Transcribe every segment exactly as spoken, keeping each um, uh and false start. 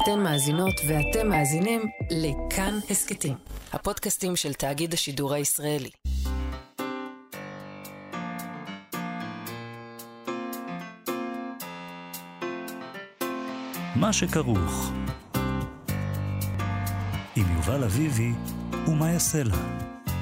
אתן מאזינות ואתם מאזינים לכאן הסקטים, הפודקאסטים של תאגיד השידור הישראלי. מה שכרוך עם יובל אביבי ומה יעשה לה.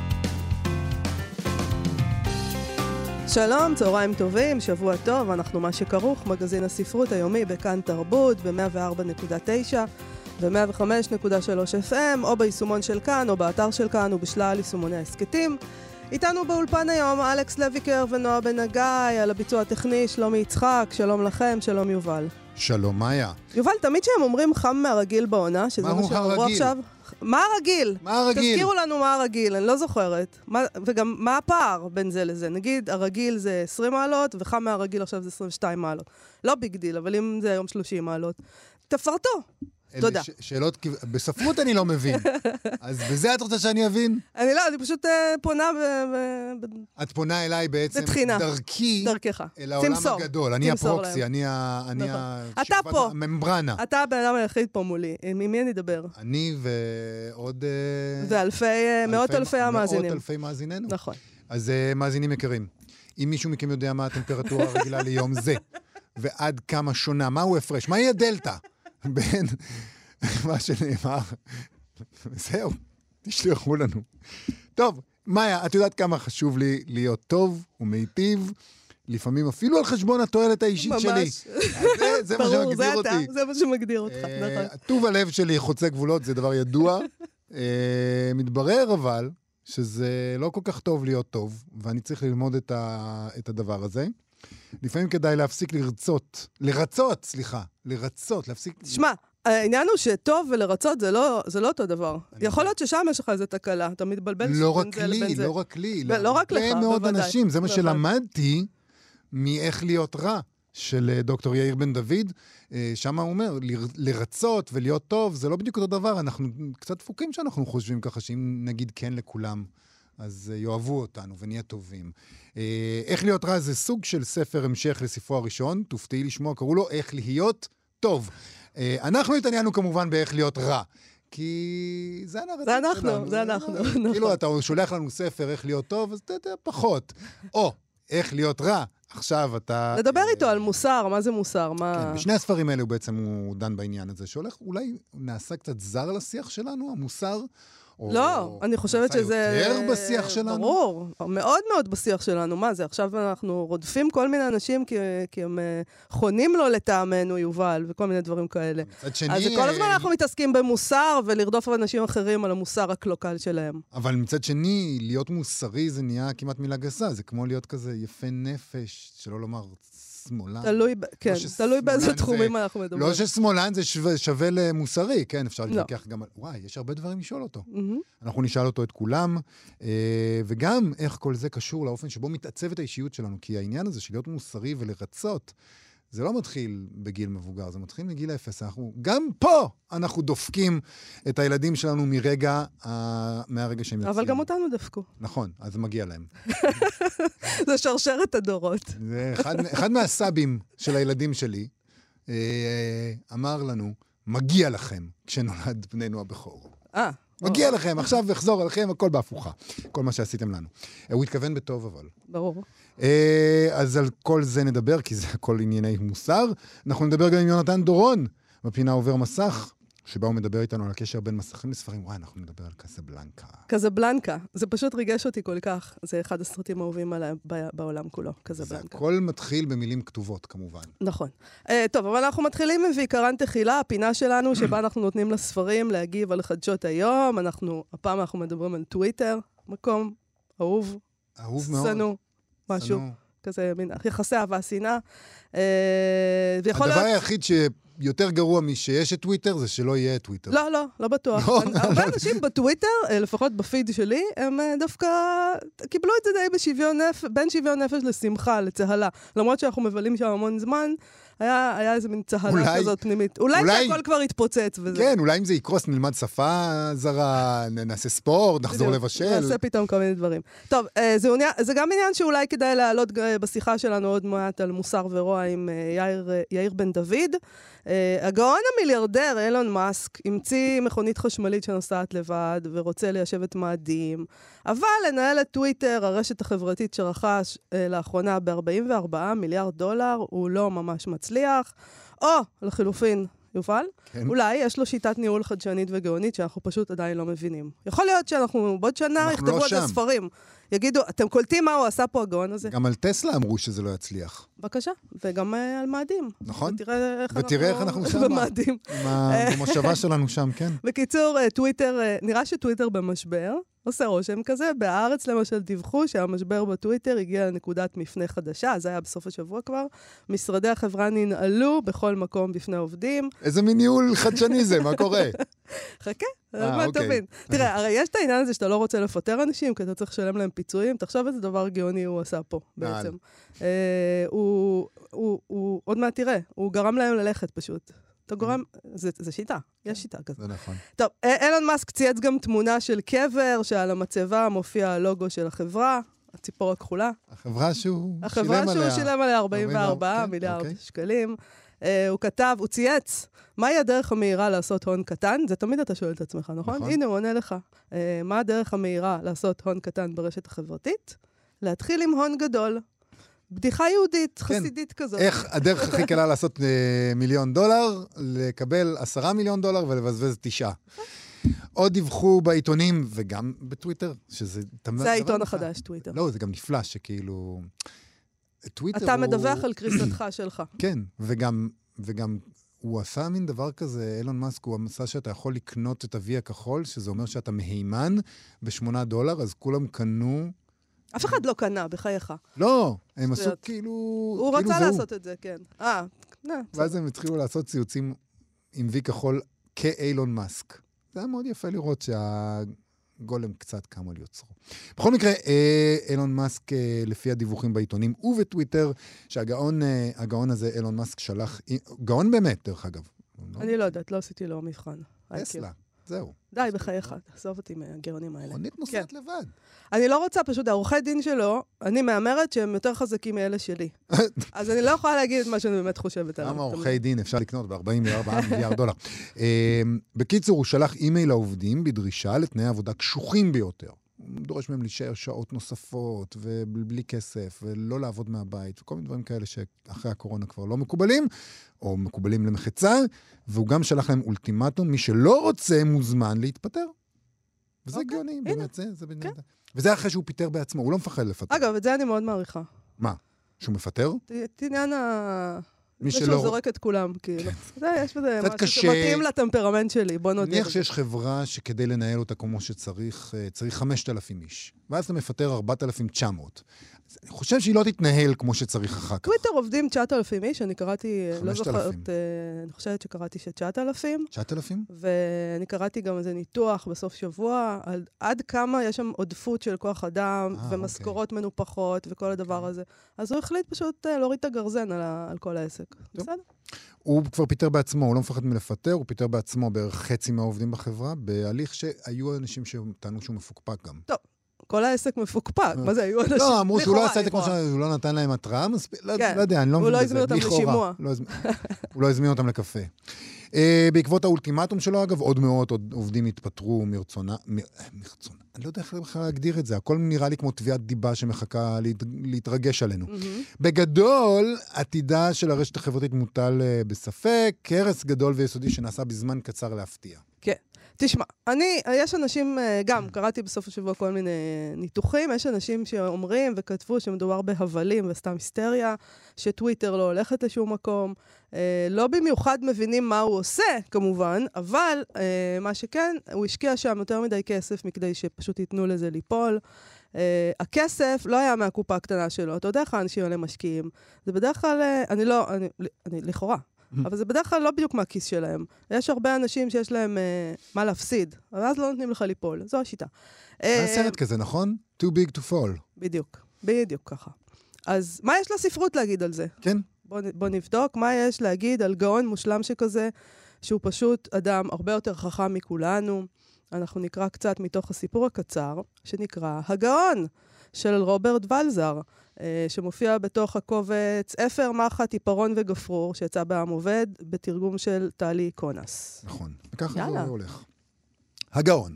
שלום, צהריים טובים, שבוע טוב, אנחנו מה שכרוך, מגזין הספרות היומי בכאן תרבות ב-מאה וארבע נקודה תשע ו-מאה וחמש נקודה שלוש אף אם, או ביישומון של כאן, או באתר של כאן, ובשלל יישומוני ההסקטים. איתנו באולפן היום אלכס לויקר ונועה בן הגיא, על הביצוע הטכני שלומי יצחק. שלום לכם, שלום יובל. שלום מאיה. יובל, תמיד שהם אומרים חם מהרגיל בעונה, שזה מה שאמרו עכשיו. מה הרגיל? מה הרגיל? תזכירו לנו מה הרגיל, אני לא זוכרת. מה, וגם מה הפער בין זה לזה? נגיד, הרגיל זה עשרים מעלות, וחם מהרגיל עכשיו זה עשרים ושתיים מעלות. לא ביג דיל, אבל אם זה היום שלושים מעלות. תפרטו. תודה. ש- שאלות, בספרות אני לא מבין. אז בזה את רוצה שאני אבין? אני לא, אני פשוט uh, פונה ב... ב... את פונה אליי בעצם בתחינה. דרכי. דרכך. אל העולם תמסור. הגדול. אני תמסור הפרוקסי, להם. אני ה... אני נכון. ה... אתה שפת פה. הממברנה. אתה הבן אדם היחיד פה מולי. ממי אני אדבר? אני ועוד... ואלפי, מאות אלפי המאזינים. מאות אלפי מאזיננו. נכון. אז uh, מאזינים יקרים, אם מישהו מכם יודע מה הטמפרטורה הרגילה ליום זה, ועד כמה שונה, מהו הפרש, מהי הדלטה בין מה שנאמר, זהו, תשלחו לנו. טוב, מאיה, את יודעת כמה חשוב לי להיות טוב ומיטיב, לפעמים אפילו על חשבון התועלת האישית ממש. שלי. זה, זה מה ברור, שמגדיר זה אותי. אתה, זה מה שמגדיר אותך, אה, נכון. טוב הלב שלי חוצה גבולות, זה דבר ידוע. אה, מתברר אבל שזה לא כל כך טוב להיות טוב, ואני צריך ללמוד את, ה, את הדבר הזה. לפעמים כדאי להפסיק לרצות, לרצות, סליחה, לרצות, להפסיק... שמע, העניין הוא שטוב ולרצות זה לא, זה לא אותו דבר. יכול להיות ששם יש לך איזו תקלה, אתה מתבלבל לא בין רק זה לי, לבין זה. לא רק לי. לא רק לך, הרבה מאוד בוודאי. אנשים, זה מה בוודאי. שלמדתי מאיך להיות רע. של דוקטור יאיר בן דוד, שם הוא אומר, לרצות ולהיות טוב, זה לא בדיוק אותו דבר, אנחנו קצת דפוקים שאנחנו חושבים ככה, שאם נגיד כן לכולם, אז יאהבו אותנו ונהיה טובים. איך להיות רע זה סוג של ספר המשך לספרו הראשון, תופתעי לשמוע, קראו לו איך להיות טוב. אנחנו התעניינו כמובן באיך להיות רע, כי זה הנרטיב זה אנחנו, שלנו. זה אנחנו. כאילו אתה שולח לנו ספר איך להיות טוב, אז אתה פחות. או איך להיות רע, עכשיו אתה... לדבר איתו על מוסר, מה זה מוסר? מה... כן, בשני הספרים האלו בעצם הוא דן בעניין הזה, שהולך אולי נעשה קצת זר לשיח שלנו, המוסר, או... לא, אני חושבת שזה... נעשה יותר בשיח שלנו? ברור, מאוד מאוד בשיח שלנו. מה זה? עכשיו אנחנו רודפים כל מיני אנשים כי, כי הם חונים לו לטעמנו, יובל, וכל מיני דברים כאלה. מצד שני... אז כל הזמן אנחנו מתעסקים במוסר ולרדוף אנשים אחרים על המוסר הקלוקל שלהם. אבל מצד שני, להיות מוסרי זה נהיה כמעט מילה גסה, זה כמו להיות כזה יפה נפש, שלא לומר שמאלן. תלוי, כן, תלוי באיזה תחומים אנחנו מדברים. לא ששמאלן זה שווה, שווה למוסרי, כן, אפשר להתווכח גם על... וואי, יש הרבה דברים לשאול אותו. אנחנו נשאל אותו את כולם, וגם איך כל זה קשור לאופן שבו מתעצבת האישיות שלנו, כי העניין הזה של להיות מוסרי ולרצות, זה לא מתחיל בגיל מבוגר, זה מתחיל מגיל אפס. אנחנו, גם פה אנחנו דופקים את הילדים שלנו מרגע, מהרגע שהם יוצאים. אבל גם אותנו דפקו. נכון, אז מגיע להם. זה שרשרת הדורות. זה אחד, אחד מהסבים של הילדים שלי, אמר לנו, מגיע לכם כשנולד בננו הבכור. אה. מגיע לכם, עכשיו יחזור עליכם, הכל בהפוכה. כל מה שעשיתם לנו. הוא התכוון בטוב אבל. ברור. אז על כל זה נדבר, כי זה הכל ענייני מוסר. אנחנו נדבר גם עם יונתן דורון, בפינה עובר מסך, שבה הוא מדבר איתנו על הקשר בין מסכים לספרים. וואי, אנחנו נדבר על קזבלנקה. קזבלנקה. זה פשוט ריגש אותי כל כך. זה אחד הסרטים האהובים עליי בעולם כולו, קזבלנקה. זה הכל מתחיל במילים כתובות, כמובן. נכון. טוב, אבל אנחנו מתחילים עם ועיקרן תחילה, הפינה שלנו, שבה אנחנו נותנים לספרים להגיב על חדשות היום. אנחנו, הפעם אנחנו מדברים על טוויטר, מקום אהוב. אהוב מאוד. סנו, משהו. כזה, מין, יחסי אהבה, שנאה. הדבר היחיד ש... יותר גרוע משיש את טוויטר, זה שלא יהיה את טוויטר. לא, לא, לא בטוח. הרבה אנשים בטוויטר, לפחות בפיד שלי, הם דווקא קיבלו את זה די בשוויון נפש, בין שוויון נפש לשמחה, לצהלה. למרות שאנחנו מבלים שם המון זמן, היה, היה איזה מין צהלה אולי, כזאת פנימית. אולי, אולי שהכל כבר יתפוצץ וזה. כן, אולי אם זה יקרוס, נלמד שפה זרה, נעשה ספורט, נחזור בדיוק, לבשל. נעשה פתאום כל מיני דברים. טוב, זה, עניין, זה גם עניין שאולי כדאי להעלות בשיחה שלנו עוד מעט על מוסר ורוע עם יאיר, יאיר בן דוד. הגאון המיליארדר, אילון מאסק, המציא מכונית חשמלית שנוסעת לבד ורוצה ליישב את מאדים, אבל לנהל את טוויטר, הרשת החברתית שרכש לאחרונה ב-ארבעים וארבעה מיליארד דולר, הוא לא ממש מצליח. או, לחילופין, יובל, כן. אולי יש לו שיטת ניהול חדשנית וגאונית שאנחנו פשוט עדיין לא מבינים. יכול להיות שאנחנו בעוד שנה יכתבו לא את שם. הספרים. יגידו, אתם קולטים מה הוא עשה פה הגאון הזה? גם על טסלה אמרו שזה לא יצליח. בבקשה, וגם uh, על מאדים. נכון. ותראה איך ותראה אנחנו, איך אנחנו שם. במאדים. במושבה שלנו שם, כן. בקיצור, טוויטר, נראה שטוויטר במשבר, עושה רושם כזה. בארץ למשל דיווחו שהמשבר בטוויטר הגיע לנקודת מפנה חדשה, זה היה בסוף השבוע כבר. משרדי החברה ננעלו בכל מקום בפני עובדים. איזה מין ניהול חדשני זה, מה קורה? חכה, מה תבין. תראה, הרי יש את העניין הזה שאתה לא רוצה לפטר אנשים, כי אתה צריך לשלם להם פיצויים. תחשוב איזה דבר גאוני הוא עשה פה, בעצם. הוא, עוד מעט תראה, הוא גרם להם ללכת פשוט. אתה גורם, זה שיטה, יש שיטה כזאת. זה נכון. טוב, אילון מאסק צייץ גם תמונה של קבר, שעל המצבה מופיע הלוגו של החברה, הציפור הכחולה. החברה שהוא שילם עליה. החברה שהוא שילם עליה ארבעים וארבעה מיליארד שקלים. הוא כתב, הוא צייץ, מהי הדרך המהירה לעשות הון קטן? זה תמיד אתה שואל את עצמך, נכון? הנה, הוא עונה לך. מה הדרך המהירה לעשות הון קטן ברשת החברתית? להתחיל עם הון גדול. בדיחה יהודית, חסידית כזאת. איך הדרך הכי קלה לעשות מיליון דולר, לקבל עשרה מיליון דולר ולבזבז תשעה. עוד דיווחו בעיתונים, וגם בטוויטר, שזה... זה העיתון החדש, טוויטר. לא, זה גם נפלא, שכאילו... אתה מדווח על קריסתך שלך. כן, וגם, וגם הוא עשה מין דבר כזה, אילון מאסק, הוא עשה שאתה יכול לקנות את אבי הכחול, שזה אומר שאתה מהימן בשמונה דולר, אז כולם קנו... אף אחד לא קנה, בחייך. לא, הם עשו כאילו... הוא רצה לעשות את זה, כן. אה, נה. ואז הם התחילו לעשות ציוצים עם וי כחול כאילון מאסק. זה היה מאוד יפה לראות שהגולם קצת קם על יוצרו. בכל מקרה, אילון מאסק, לפי הדיווחים בעיתונים ובטוויטר, שהגאון הגאון הזה, אילון מאסק, שלח... גאון באמת, דרך אגב. אני לא יודעת, לא עשיתי לו מבחן. טסלה. זהו. די, בחייך, תעזוב אותי מהגאונים האלה. עונית נוסעת לבד. אני לא רוצה, פשוט, העורכי דין שלו, אני מאמרת שהם יותר חזקים מאלה שלי. אז אני לא יכולה להגיד את מה שאני באמת חושבת עליו. כמה עורכי דין אפשר לקנות ב-ארבעים וארבעה מיליארד דולר. בקיצור, הוא שלח אימייל לעובדים בדרישה לתנאי עבודה קשוחים ביותר. הוא דורש מהם להישאר שעות נוספות, ובלי כסף, ולא לעבוד מהבית, וכל מיני דברים כאלה שאחרי הקורונה כבר לא מקובלים, או מקובלים למחצה, והוא גם שלח להם אולטימטום, מי שלא רוצה מוזמן להתפטר. וזה גאוני, באמת, זה, זה בניין. וזה אחרי שהוא פיטר בעצמו, הוא לא מפחד לפטר. אגב, את זה אני מאוד מעריכה. מה? שהוא מפטר? תעניין ה... מי שלא... שהוא זורק את כולם, כאילו. זה, יש בזה משהו קשה... שמתאים לטמפרמנט שלי, בוא נודה. נניח שיש חברה שכדי לנהל אותה כמו שצריך, צריך חמשת אלפים איש. ואז אתה מפטר ארבעת אלפים ותשע מאות. אני חושב שהיא לא תתנהל כמו שצריך אחר כך. טוויטר עובדים תשעת אלפים איש, אני קראתי, לא זוכרת, אני חושבת שקראתי ש-תשעת אלפים. תשעת אלפים? ואני קראתי גם איזה ניתוח בסוף שבוע, על עד כמה יש שם עודפות של כוח אדם, 아, ומשכורות אוקיי. מנופחות, וכל הדבר הזה. אז הוא החליט פשוט להוריד את הגרזן על, ה- על כל העסק. בסדר? הוא כבר פיטר בעצמו, הוא לא מפחד מלפטר, הוא פיטר בעצמו בערך חצי מהעובדים בחברה, בהליך שהיו אנשים שטענו שהוא מפוקפק גם. טוב. כל העסק מפוקפק, מה זה, היו אנשים? לא, אמרו שהוא לא עשה את זה כמו שהוא לא נתן להם התראה, לא יודע, אני לא מבין בזה, בלי חורה. הוא לא הזמין אותם לשימוע. הוא לא הזמין אותם לקפה. בעקבות האולטימטום שלו, אגב, עוד מאות עובדים התפטרו מרצונה, מרצונה, אני לא יודע איך בכלל להגדיר את זה, הכל נראה לי כמו תביעת דיבה שמחכה להתרגש עלינו. בגדול, עתידה של הרשת החברתית מוטל בספק, קרס גדול ויסודי שנעשה בזמן קצר להפתיע. כן. תשמע, אני, יש אנשים, גם קראתי בסוף השבוע כל מיני ניתוחים, יש אנשים שאומרים וכתבו שמדובר בהבלים וסתם היסטריה, שטוויטר לא הולכת לשום מקום, לא במיוחד מבינים מה הוא עושה, כמובן, אבל מה שכן, הוא השקיע שם יותר מדי כסף מכדי שפשוט ייתנו לזה ליפול. הכסף לא היה מהקופה הקטנה שלו, אתה יודע איך האנשים האלה משקיעים. זה בדרך כלל, אני לא, אני, אני לכאורה. אבל זה בדרך כלל לא בדיוק מהכיס שלהם. יש הרבה אנשים שיש להם אה, מה להפסיד, אבל אז לא נותנים לך ליפול. זו השיטה. היה סרט כזה, נכון? Too big to fall. בדיוק. בדיוק ככה. אז מה יש לספרות להגיד על זה? כן. בוא, בוא נבדוק מה יש להגיד על גאון מושלם שכזה, שהוא פשוט אדם הרבה יותר חכם מכולנו. אנחנו נקרא קצת מתוך הסיפור הקצר, שנקרא הגאון של רוברט ולזר, שמופיע בתוך הקובץ אפר, מחט, עיפרון וגפרור, שיצא בעם עובד, בתרגום של טלי קונס. נכון, וככה זה הולך. הגאון.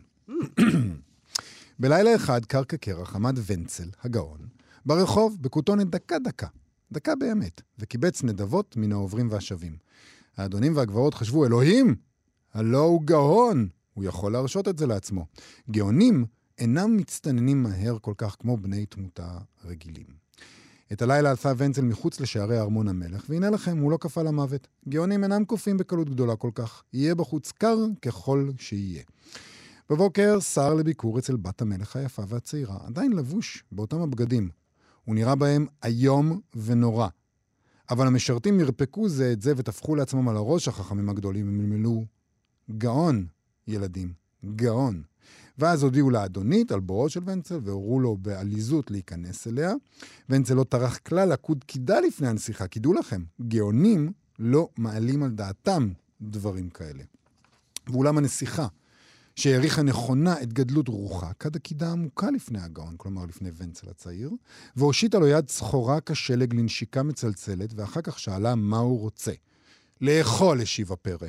בלילה אחד, קרקע קרח, עמד ונצל, הגאון, ברחוב, בכותונת דקה דקה, דקה באמת, וקיבץ נדבות מן העוברים והשבים. האדונים והגברות חשבו, אלוהים, הלא הוא גאון, הוא יכול להרשות את זה לעצמו. גאונים אינם מצטננים מהר כל כך כמו בני תמותה רגילים. את הלילה עשה ונצל מחוץ לשערי ארמון המלך, והנה לכם, הוא לא כפה למוות. גאונים אינם קופים בקלות גדולה כל כך, יהיה בחוץ קר ככל שיהיה. בבוקר שר לביקור אצל בת המלך היפה והצעירה, עדיין לבוש באותם הבגדים. הוא נראה בהם היום ונורא. אבל המשרתים ירפקו זה את זה ותפחו לעצמם על הראש החכמים הגדולים, הם מלמלו, גאון, ילדים, גאון. ואז הודיעו לאדונית על בורו של ונצל, והורו לו בעליזות להיכנס אליה. ונצל לא טרח כלל לקוד קידה לפני הנסיכה, כי דעו לכם, גאונים לא מעלים על דעתם דברים כאלה. ואולם הנסיכה, שהעריכה נכונה את גדלות רוחה, כד הקידה עמוקה לפני הגאון, כלומר לפני ונצל הצעיר, והושיטה לו יד סחורה כשלג לנשיקה מצלצלת, ואחר כך שאלה מה הוא רוצה. לאכול, השיב הפרא.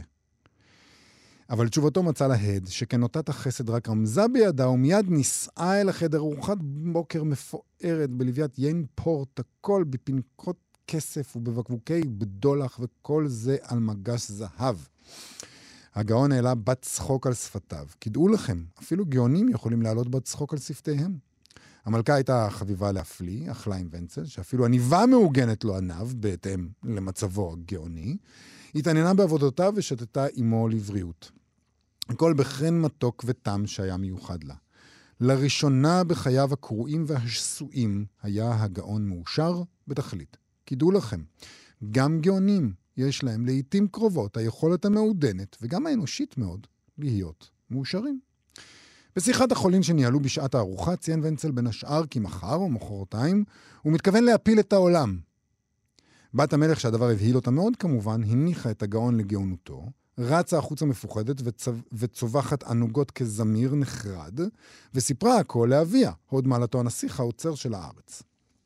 אבל תשובתו מצא להד, שכן אותת החסד רק רמזה בידה, ומיד נישאה אל החדר ארוחת בוקר מפוארת, בלוויית יין פורט, הכל בפנקות כסף ובבקבוקי בדולח, וכל זה על מגש זהב. הגאון העלה בת צחוק על שפתיו. כדעו לכם, אפילו גאונים יכולים לעלות בת צחוק על שפתיהם. המלכה הייתה חביבה להפליא, אכלה עם ונצל, שאפילו עניבה מעוגנת לו עניו, בהתאם למצבו הגאוני, התעניינה בעבודותיו ושתתה עמו לבריאות. הכל בכן מתוק וטעם שהיה מיוחד לה. לראשונה בחייו הקרועים והשסועים היה הגאון מאושר בתכלית. כדעו לכם, גם גאונים יש להם לעתים קרובות היכולת המעודנת וגם האנושית מאוד להיות מאושרים. בשיחת החולין שניהלו בשעת הארוחה ציין ונצל בין השאר כי מחר או מחרתיים הוא מתכוון להפיל את העולם. בת המלך שהדבר הבהיל אותה מאוד כמובן הניחה את הגאון לגאונותו, רצה החוצה מפוחדת וצו... וצובחת ענוגות כזמיר נחרד, וסיפרה הכל לאביה, הוד מעלתו הנסיך האוצר של הארץ.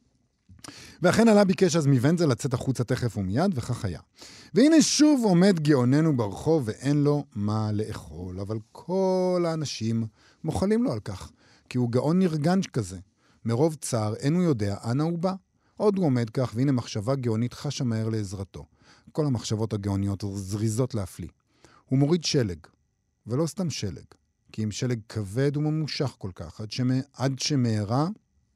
ואכן עלה ביקש אז מוונצל לצאת החוצה תכף ומיד, וכך היה. והנה שוב עומד גאוננו ברחוב ואין לו מה לאכול, אבל כל האנשים מוחלים לו על כך, כי הוא גאון נרגן כזה. מרוב צער אין הוא יודע אנה הוא בא. עוד הוא עומד כך, והנה מחשבה גאונית חשה מהר לעזרתו. כל המחשבות הגאוניות זריזות להפליא. הוא מוריד שלג, ולא סתם שלג, כי אם שלג כבד וממושך כל כך, עד, שמ... עד שמהרה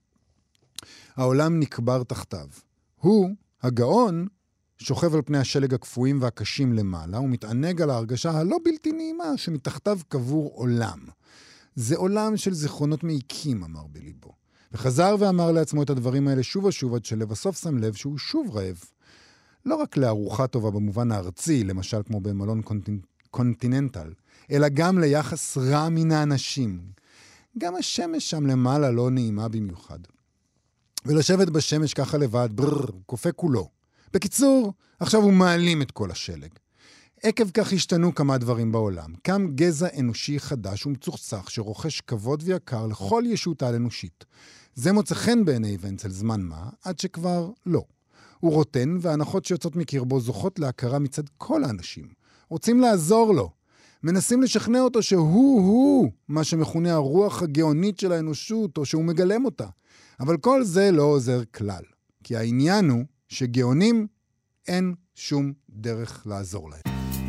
העולם נקבר תחתיו. הוא, הגאון, שוכב על פני השלג הקפואים והקשים למעלה, ומתענג על ההרגשה הלא בלתי נעימה שמתחתיו קבור עולם. זה עולם של זיכרונות מעיקים, אמר בליבו. וחזר ואמר לעצמו את הדברים האלה שוב ושוב, עד שלבסוף שם לב שהוא שוב רעב. לא רק לארוחה טובה במובן הארצי, למשל כמו במלון קונטינ... קונטיננטל, אלא גם ליחס רע מן האנשים. גם השמש שם למעלה לא נעימה במיוחד. ולשבת בשמש ככה לבד, ברר, קופא כולו. בקיצור, עכשיו הוא מעלים את כל השלג. עקב כך השתנו כמה דברים בעולם. קם גזע אנושי חדש ומצוחצח שרוכש כבוד ויקר לכל ישות האנושית. זה מוצא חן בעיני ונצל זמן מה, עד שכבר לא. הוא רוטן וההנחות שיוצאות מקרבו זוכות להכרה מצד כל האנשים. רוצים לעזור לו. מנסים לשכנע אותו שהוא-הוא מה שמכונה הרוח הגאונית של האנושות, או שהוא מגלם אותה. אבל כל זה לא עוזר כלל. כי העניין הוא שגאונים אין שום דרך לעזור להם.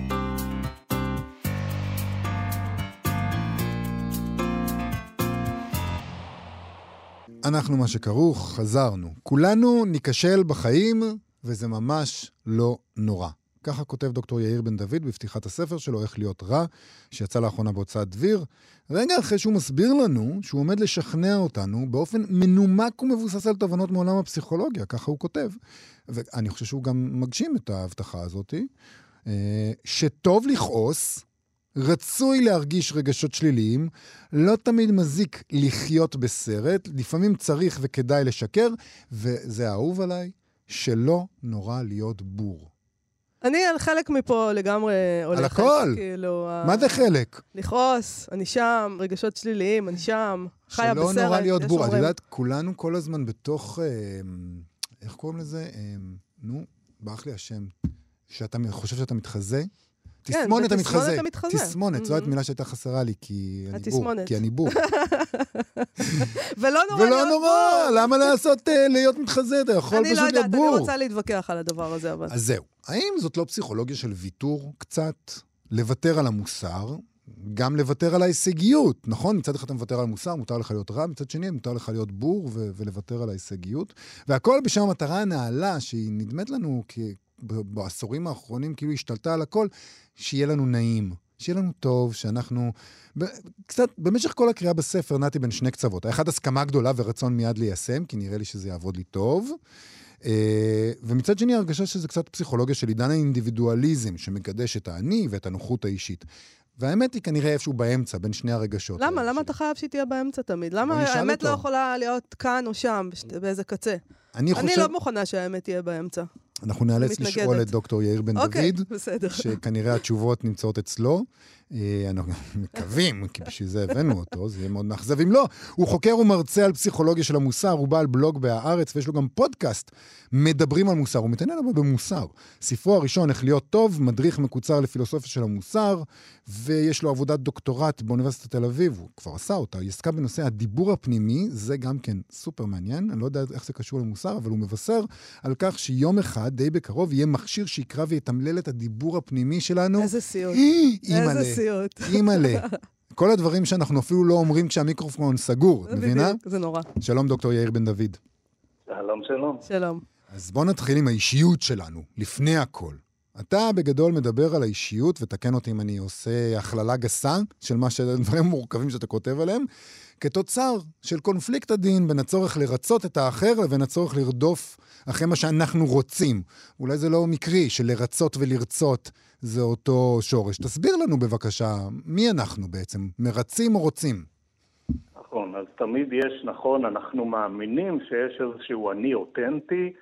אנחנו מה שכרוך, חזרנו. כולנו ניקשל בחיים, וזה ממש לא נורא. ככה כותב דוקטור יאיר בן דוד בפתיחת הספר שלו, איך להיות רע, שיצא לאחרונה בהוצאת דביר. רגע אחרי שהוא מסביר לנו שהוא עומד לשכנע אותנו באופן מנומק ומבוסס על תובנות מעולם הפסיכולוגיה, ככה הוא כותב. ואני חושב שהוא גם מגשים את ההבטחה הזאת, שטוב לכעוס, רצוי להרגיש רגשות שליליים, לא תמיד מזיק לחיות בסרט, לפעמים צריך וכדאי לשקר, וזה אהוב עליי, שלא נורא להיות בור. אני על חלק מפה לגמרי הולכת. על הכל? כאילו, מה זה חלק? לכעוס, אני שם, רגשות שליליים, אני שם, חיה בסרט. שלא נורא להיות בור. את יודעת, כולנו כל הזמן בתוך, איך קוראים לזה? נו, ברח לי השם. שאתה חושב שאתה מתחזה? תסמונת המתחזה. תסמונת, זו הייתה מילה שהייתה חסרה לי, כי אני בור. כי אני בור. ולא נורא להיות בור. ולא נורא, למה לעשות להיות מתחזה? אתה יכול פשוט להיות בור. אני לא יודעת, אני רוצה להתווכח על הדבר הזה. אז זהו. האם זאת לא פסיכולוגיה של ויתור קצת? לוותר על המוסר, גם לוותר על ההישגיות, נכון? מצד אחד אתה מוותר על המוסר, מותר לך להיות רע, מצד שני מותר לך להיות בור ו- ולוותר על ההישגיות. והכל בשם המטרה הנעלה, שהיא נדמת לנו כי בעשורים האחרונים כאילו השתלטה על הכל, שיהיה לנו נעים, שיהיה לנו טוב, שאנחנו... ב- קצת, במשך כל הקריאה בספר נעתי בין שני קצוות. האחד הסכמה גדולה ורצון מיד ליישם, כי נראה לי שזה יעבוד לי טוב. Uh, ומצד שני הרגשה שזה קצת פסיכולוגיה של עידן האינדיבידואליזם, שמקדש את האני ואת הנוחות האישית. והאמת היא כנראה איפשהו באמצע, בין שני הרגשות. למה? למה אתה חייב שתהיה באמצע תמיד? למה האמת לא יכולה להיות כאן או שם, באיזה קצה? אני לא מוכנה שהאמת תהיה באמצע. אנחנו נאלץ לשאול את דוקטור יאיר בן דוד, שכנראה התשובות נמצאות אצלו. אנחנו מקווים, כי בשביל זה הבאנו אותו, זה יהיה מאוד מאכזב. אם לא, הוא חוקר ומרצה על פסיכולוגיה של המוסר, הוא בעל בלוג בהארץ, ויש לו גם פודקאסט, מדברים על מוסר, הוא מתעניין אבל במוסר. ספרו הראשון, איך להיות טוב, מדריך מקוצר לפילוסופיה של המוסר, ויש לו עבודת דוקטורט באוניברסיטת תל אביב, הוא כבר עשה אותה, היא עסקה בנושא הדיבור הפנימי, זה גם כן סופר מעניין, אני לא יודע איך זה קשור למוסר, אבל הוא מבשר על כך שיום אחד, די בקרוב, יהיה מכשיר שיקרא ויתמלל את הדיבור הפנימי שלנו. איזה סיוט. איזה סיוט. אימאלה. כל הדברים שאנחנו אפילו לא אומרים כשהמיקרופון סגור, מבינה? זה נורא. שלום דוקטור יאיר בן דוד. שלום, שלום. שלום. אז בוא נתחיל עם האישיות שלנו, לפני הכל. אתה בגדול מדבר על האישיות, ותקן אותי אם אני עושה הכללה גסה של מה שדברים מורכבים שאתה כותב עליהם, כתוצר של קונפליקט הדין בין הצורך לרצות את האחר לבין הצורך לרדוף אחרי מה שאנחנו רוצים. אולי זה לא מקרי של לרצות ולרצות זה אותו שורש. תסביר לנו בבקשה, מי אנחנו בעצם? מרצים או רוצים? נכון, אז תמיד יש, נכון, אנחנו מאמינים שיש איזשהו אני אותנטי,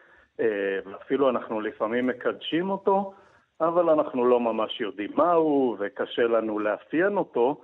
ואפילו אנחנו לפעמים מקדשים אותו, אבל אנחנו לא ממש יודעים מהו, וקשה לנו לאפיין אותו,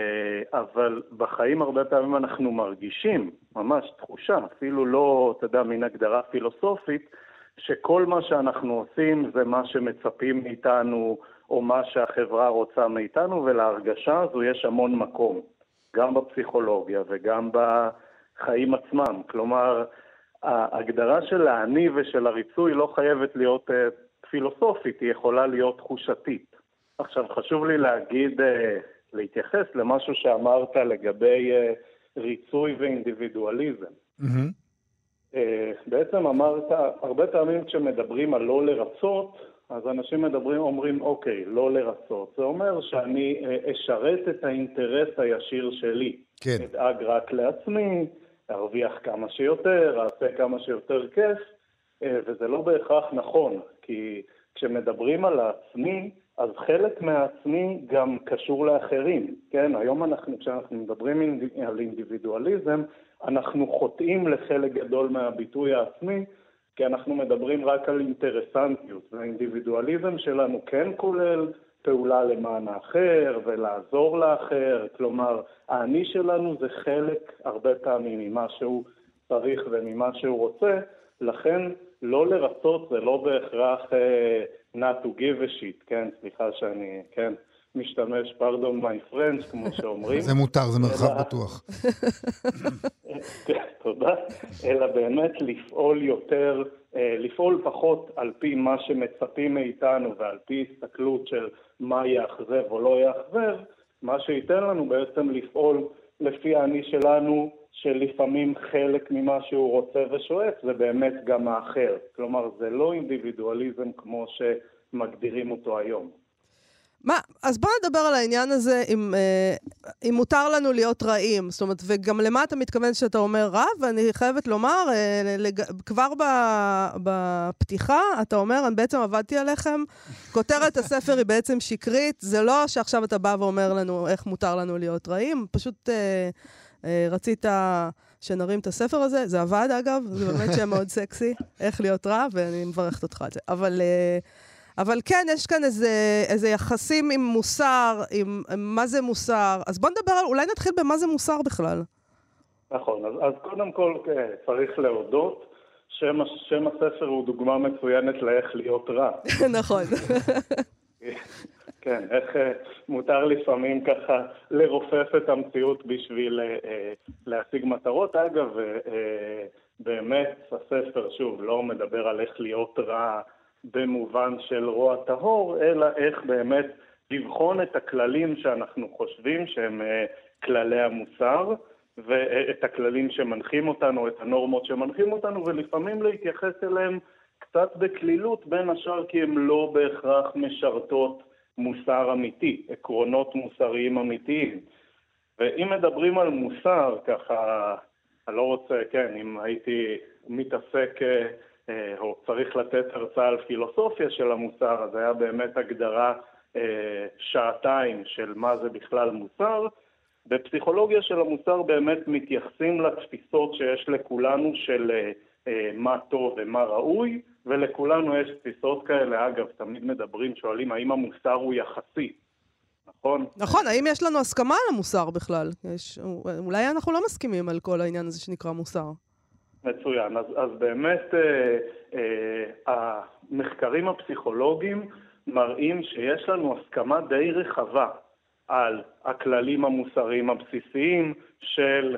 אבל בחיים הרבה פעמים אנחנו מרגישים, ממש תחושה, אפילו לא, אתה יודע, מן הגדרה פילוסופית, שכל מה שאנחנו עושים זה מה שמצפים מאיתנו, או מה שהחברה רוצה מאיתנו, ולהרגשה הזו יש המון מקום, גם בפסיכולוגיה וגם בחיים עצמם. כלומר, ההגדרה של האני ושל הריצוי לא חייבת להיות פילוסופית, היא יכולה להיות תחושתית. עכשיו, חשוב לי להגיד, להתייחס למשהו שאמרת לגבי ריצוי ואינדיבידואליזם. Mm-hmm. בעצם אמרת, הרבה פעמים כשמדברים על לא לרצות, אז אנשים מדברים, אומרים, אוקיי, לא לרצות. זה אומר שאני אשרת את האינטרס הישיר שלי. כן. אדאג רק לעצמי, ארוויח כמה שיותר, אעשה כמה שיותר כיף, וזה לא בהכרח נכון, כי כשמדברים על העצמי, אז חלק מהעצמי גם קשור לאחרים, כן? היום אנחנו, כשאנחנו מדברים על אינדיבידואליזם, אנחנו חוטאים לחלק גדול מהביטוי העצמי, כי אנחנו מדברים רק על אינטרסנטיות, והאינדיבידואליזם שלנו כן כולל פעולה למען האחר ולעזור לאחר, כלומר, האני שלנו זה חלק הרבה פעמים ממה שהוא צריך וממה שהוא רוצה, לכן לא לרצות זה לא בהכרח uh, not to give a shit, כן, סליחה שאני, כן, משתמש, pardon my French, כמו שאומרים. זה מותר, זה מרחב אלא... בטוח. תודה. אלא באמת לפעול יותר, לפעול פחות על פי מה שמצפים מאיתנו, ועל פי הסתכלות של מה יאכזב או לא יאכזב, מה שייתן לנו בעצם לפעול לפי האני שלנו, שלפעמים חלק ממה שהוא רוצה ושואף, זה באמת גם האחר. כלומר, זה לא אינדיבידואליזם כמו שמגדירים אותו היום. מה, אז בוא נדבר על העניין הזה, אם, אם מותר לנו להיות רעים, זאת אומרת, וגם למה אתה מתכוון שאתה אומר רע, ואני חייבת לומר, כבר בפתיחה, אתה אומר, אני בעצם עבדתי עליכם, כותרת הספר היא בעצם שקרית, זה לא שעכשיו אתה בא ואומר לנו איך מותר לנו להיות רעים, פשוט רצית שנרים את הספר הזה. זה עבד אגב, זה באמת שם מאוד סקסי, איך להיות רע, ואני מברכת אותך על זה. אבל, אבל כן, יש כאן איזה, איזה יחסים עם מוסר, עם, עם מה זה מוסר. אז בוא נדבר, אולי נתחיל במה זה מוסר בכלל. נכון, אז, אז קודם כל צריך להודות, שם, שם הספר הוא דוגמה מצוינת לאיך להיות רע. נכון. כן, איך מותר לפעמים ככה לרופף את המציאות בשביל להשיג מטרות. אגב, באמת הספר, שוב, לא מדבר על איך להיות רע במובן של רוע טהור, אלא איך באמת לבחון את הכללים שאנחנו חושבים שהם כללי המוסר, ואת הכללים שמנחים אותנו, את הנורמות שמנחים אותנו, ולפעמים להתייחס אליהם קצת בכלילות, בין השאר כי הם לא בהכרח משרתות מוסר אמיתי, עקרונות מוסריים אמיתיים. ואם מדברים על מוסר, ככה, אני לא רוצה, כן, אם הייתי מתעסק או צריך לתת הרצאה על פילוסופיה של המוסר, אז היה באמת הגדרה שעתיים של מה זה בכלל מוסר. בפסיכולוגיה של המוסר באמת מתייחסים לתפיסות שיש לכולנו של מה טוב ומה ראוי, ולכולנו יש תפיסות כאלה. אגב, תמיד מדברים, שואלים האם המוסר הוא יחסי, נכון? נכון, האם יש לנו הסכמה על המוסר בכלל? יש, אולי אנחנו לא מסכימים על כל העניין הזה שנקרא מוסר. מצוין, אז, אז באמת אה, אה, המחקרים הפסיכולוגיים מראים שיש לנו הסכמה די רחבה על הכללים המוסריים הבסיסיים של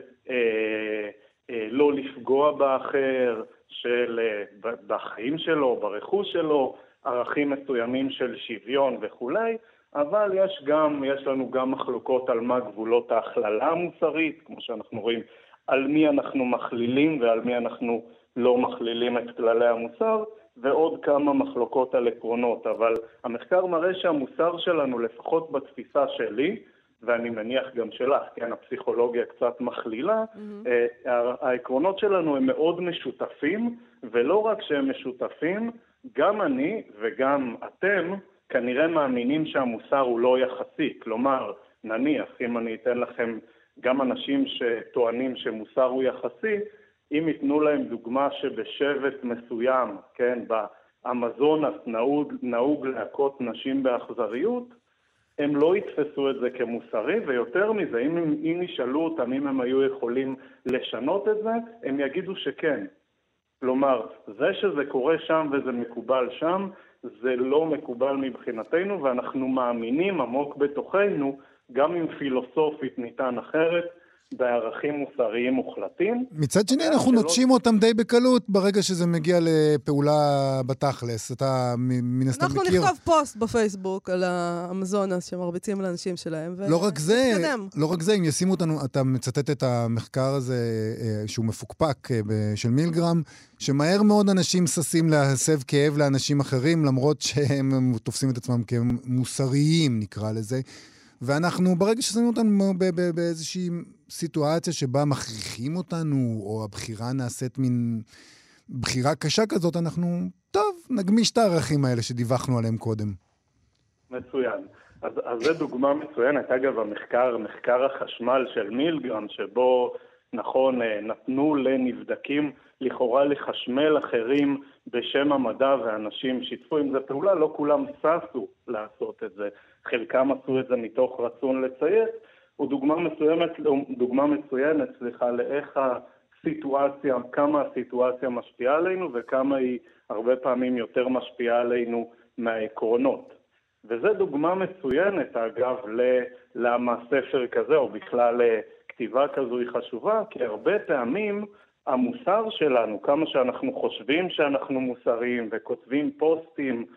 אה, אה, לא לפגוע באחר, של אה, בחיים שלו, ברכוש שלו, ערכים מסוימים של שוויון וכולי, אבל יש גם, יש לנו גם מחלוקות על מה גבולות ההכללה המוסרית, כמו שאנחנו רואים, על מי אנחנו מכלילים ועל מי אנחנו לא מכלילים את כללי המוסר, ועוד כמה מחלוקות על עקרונות. אבל המחקר מראה שהמוסר שלנו, לפחות בתפיסה שלי, ואני מניח גם שלך, כן, הפסיכולוגיה קצת מכלילה, mm-hmm. העקרונות שלנו הם מאוד משותפים, ולא רק שהם משותפים, גם אני וגם אתם כנראה מאמינים שהמוסר הוא לא יחסי. כלומר, נניח, אם אני אתן לכם גם אנשים שטוענים שמוסר הוא יחסי, אם ייתנו להם דוגמה שבשבט מסוים, כן, באמזונס נהוג, נהוג להכות נשים באכזריות, הם לא יתפסו את זה כמוסרי, ויותר מזה, אם, אם ישאלו אותם אם הם היו יכולים לשנות את זה, הם יגידו שכן. כלומר, זה שזה קורה שם וזה מקובל שם, זה לא מקובל מבחינתנו, ואנחנו מאמינים עמוק בתוכנו, גם אם פילוסופית ניתן אחרת, בערכים מוסריים מוחלטים. מצד שני, אנחנו נוטשים אותם די בקלות ברגע שזה מגיע לפעולה בתכלס. אתה מן הסתם מכיר... אנחנו נכתוב פוסט בפייסבוק על האמזונס שמרביצים לאנשים שלהם. לא רק זה, לא רק זה, אם ישימו אותנו, אתה מצטט את המחקר הזה שהוא מפוקפק של מילגרם, שמהר מאוד אנשים ססים להסב כאב לאנשים אחרים, למרות שהם תופסים את עצמם כמוסריים, נקרא לזה. ואנחנו, ברגע ששמים אותנו באיזושהי סיטואציה שבה מכריחים אותנו, או הבחירה נעשית מין בחירה קשה כזאת, אנחנו, טוב, נגמיש את הערכים האלה שדיווחנו עליהם קודם. מצוין. אז, אז זה דוגמה מצוינת. אגב, המחקר, מחקר החשמל של מילגרם, שבו, נכון, נתנו לנבדקים לכאורה לחשמל אחרים בשם המדע, ואנשים שיתפו עם זה פעולה, לא כולם ססו לעשות את זה. חלקם עשו את זה מתוך רצון לציית, ודוגמה מסוימת, דוגמה מצוינת, סליחה, לאיך הסיטואציה, כמה הסיטואציה משפיעה עלינו, וכמה היא הרבה פעמים יותר משפיעה עלינו מהעקרונות. וזו דוגמה מצוינת, אגב, למה ספר כזה, או בכלל כתיבה כזו היא חשובה, כי הרבה פעמים המוסר שלנו, כמה שאנחנו חושבים שאנחנו מוסריים, וכותבים פוסטים,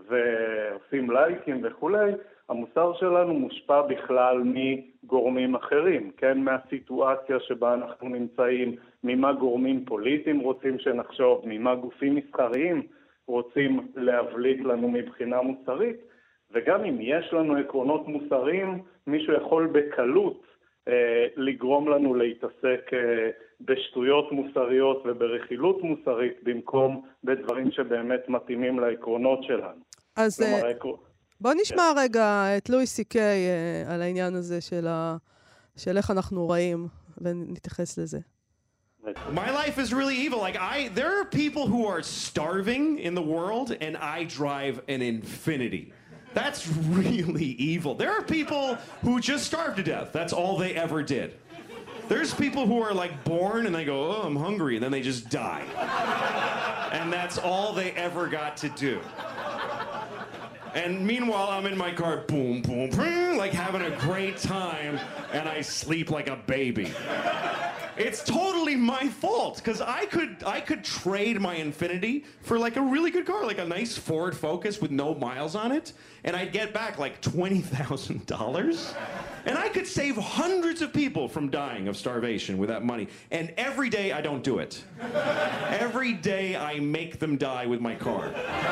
ועושים לייקים וכולי, המוסר שלנו מושפע בכלל מגורמים אחרים, כן? מהסיטואציה שבה אנחנו נמצאים, ממה גורמים פוליטיים רוצים שנחשוב, ממה גופים מסחריים רוצים להבליט לנו מבחינה מוסרית, וגם אם יש לנו עקרונות מוסריים, מישהו יכול בקלות אה, לגרום לנו להתעסק אה, בשטויות מוסריות וברכילות מוסרית, במקום בדברים שבאמת מתאימים לעקרונות שלנו. אז כלומר, העקר... בוא נשמע כן. רגע את לואי סי קיי אה, על העניין הזה של, ה... של איך אנחנו רואים, ונתייחס לזה. My life is really evil. Like I, there are people who are starving in the world, and I drive an Infiniti. That's really evil. There are people who just starve to death. That's all they ever did. There's people who are like born and they go, oh, I'm hungry, and then they just die. And that's all they ever got to do. And meanwhile, I'm in my car, boom, boom, boom, like having a great time, and I sleep like a baby. It's totally my fault, because I could I could trade my Infiniti for like a really good car, like a nice Ford Focus with no miles on it, and I'd get back like twenty thousand dollars. And I could save hundreds of people from dying of starvation with that money. And every day I don't do it. Every day I make them die with my car.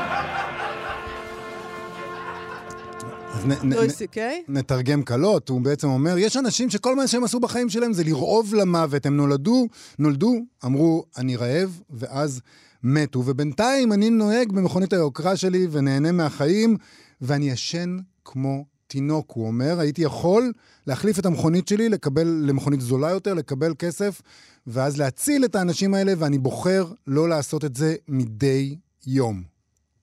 אז נ, נ, נ, נתרגם קלות, הוא בעצם אומר, יש אנשים שכל מה שהם עשו בחיים שלהם זה לרעוב למוות, הם נולדו, נולדו, אמרו, אני רעב, ואז מתו, ובינתיים אני נוהג במכונית היוקרה שלי ונהנה מהחיים, ואני ישן כמו תינוק, הוא אומר, הייתי יכול להחליף את המכונית שלי, לקבל למכונית זולה יותר, לקבל כסף, ואז להציל את האנשים האלה, ואני בוחר לא לעשות את זה מדי יום.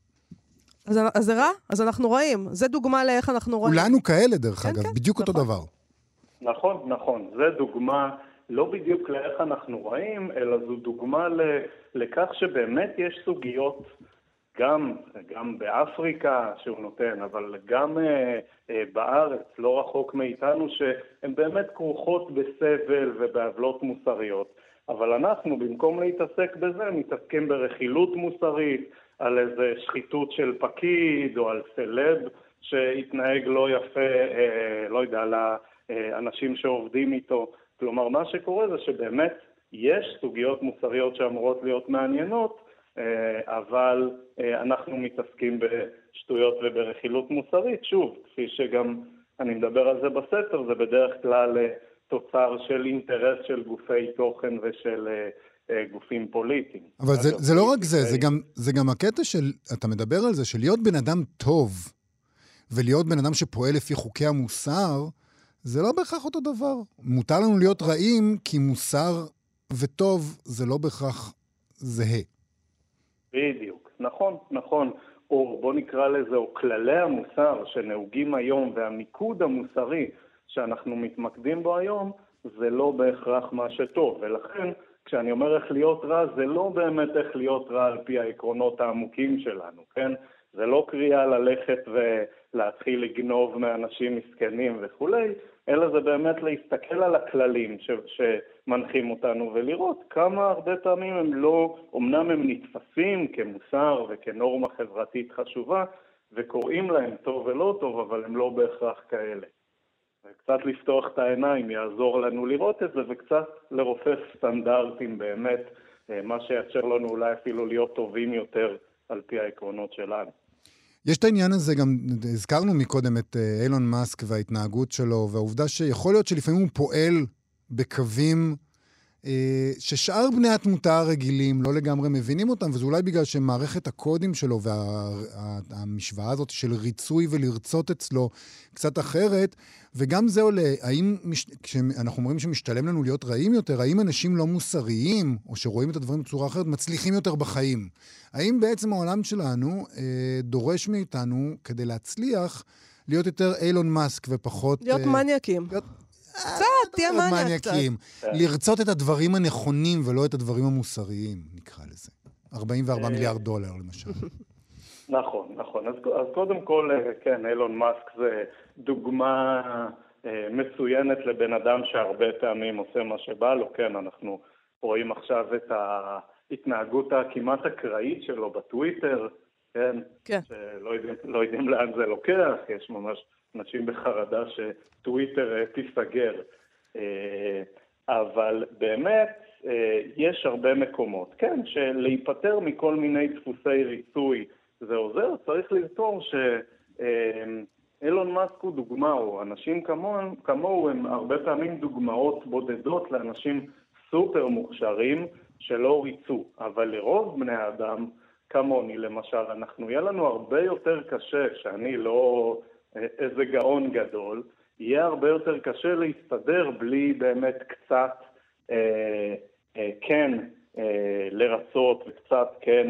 אז, אז זה רע? אז אנחנו רואים. זה דוגמה לאיך אנחנו רואים. כולנו כאלה, דרך כן, אגב, כן, בדיוק נכון. אותו דבר. נכון, נכון. זה דוגמה לא בדיוק לאיך אנחנו רואים, אלא זו דוגמה ל- לכך שבאמת יש סוגיות, גם, גם באפריקה שהוא נותן, אבל גם אה, אה, בארץ, לא רחוק מאיתנו, שהן באמת כרוכות בסבל ובעוולות מוסריות. אבל אנחנו, במקום להתעסק בזה, מתעסקים ברכילות מוסרית, על איזה שחיתות של פקיד או על סלב שהתנהג לא יפה, אה, לא יודע, לאנשים שעובדים איתו. כלומר, מה שקורה זה שבאמת יש סוגיות מוסריות שאמורות להיות מעניינות, אה, אבל אה, אנחנו מתעסקים בשטויות וברכילות מוסרית. שוב, כפי שגם אני מדבר על זה בספר, זה בדרך כלל אה, תוצר של אינטרס של גופי תוכן ושל אה, גופים פוליטיים. אבל זה, זה לא רק זה, זה גם, זה גם הקטע של, אתה מדבר על זה, של להיות בן אדם טוב, ולהיות בן אדם שפועל לפי חוקי המוסר, זה לא בהכרח אותו דבר. מותר לנו להיות רעים, כי מוסר וטוב זה לא בהכרח זהה. בדיוק, נכון, נכון. או בוא נקרא לזה, או כללי המוסר שנהוגים היום, והמיקוד המוסרי שאנחנו מתמקדים בו היום, זה לא בהכרח מה שטוב. ולכן, כשאני אומר איך להיות רע, זה לא באמת איך להיות רע על פי העקרונות העמוקים שלנו, כן? זה לא קריאה ללכת ולהתחיל לגנוב מאנשים מסכנים וכולי, אלא זה באמת להסתכל על הכללים ש... שמנחים אותנו ולראות כמה הרבה פעמים הם לא, אמנם הם נתפסים כמוסר וכנורמה חברתית חשובה, וקוראים להם טוב ולא טוב, אבל הם לא בהכרח כאלה. וקצת לפתוח את העיניים יעזור לנו לראות את זה, וקצת לרופף סטנדרטים באמת, מה שיאפשר לנו אולי אפילו להיות טובים יותר על פי העקרונות שלנו. יש את העניין הזה, גם הזכרנו מקודם את אילון מאסק וההתנהגות שלו, והעובדה שיכול להיות שלפעמים הוא פועל בקווים ששאר בני התמותה הרגילים לא לגמרי מבינים אותם, וזה אולי בגלל שמערכת הקודים שלו והמשוואה הזאת של ריצוי ולרצות אצלו קצת אחרת, וגם זה עולה, האם, כשאנחנו אומרים שמשתלם לנו להיות רעים יותר, האם אנשים לא מוסריים, או שרואים את הדברים בצורה אחרת, מצליחים יותר בחיים? האם בעצם העולם שלנו אה, דורש מאיתנו, כדי להצליח, להיות יותר אילון מאסק ופחות... להיות אה, מניאקים. להיות... קצת, תהיה מניאק קצת. לרצות את הדברים הנכונים ולא את הדברים המוסריים, נקרא לזה. ארבעים וארבעה מיליארד דולר, למשל. נכון, נכון. אז, אז קודם כל, כן, אילון מאסק זה דוגמה מצוינת לבן אדם שהרבה פעמים עושה מה שבא לו. כן, אנחנו רואים עכשיו את ההתנהגות הכמעט אקראית שלו בטוויטר, כן? כן. שלא יודעים, לא יודעים לאן זה לוקח, יש ממש... אנשים בחרדה שטוויטר תיסגר. אבל באמת יש הרבה מקומות. כן, שלהיפטר מכל מיני דפוסי ריצוי זה עוזר. צריך לזכור שאילון מאסק הוא דוגמה, או אנשים כמוהו, כמוהו הם הרבה פעמים דוגמאות בודדות לאנשים סופר מוכשרים שלא ריצו. אבל לרוב בני האדם, כמוני למשל, אנחנו, יהיה לנו הרבה יותר קשה, שאני לא... איזה גאון גדול, יהיה הרבה יותר קשה להסתדר בלי באמת קצת אה, כן לרצות וקצת כן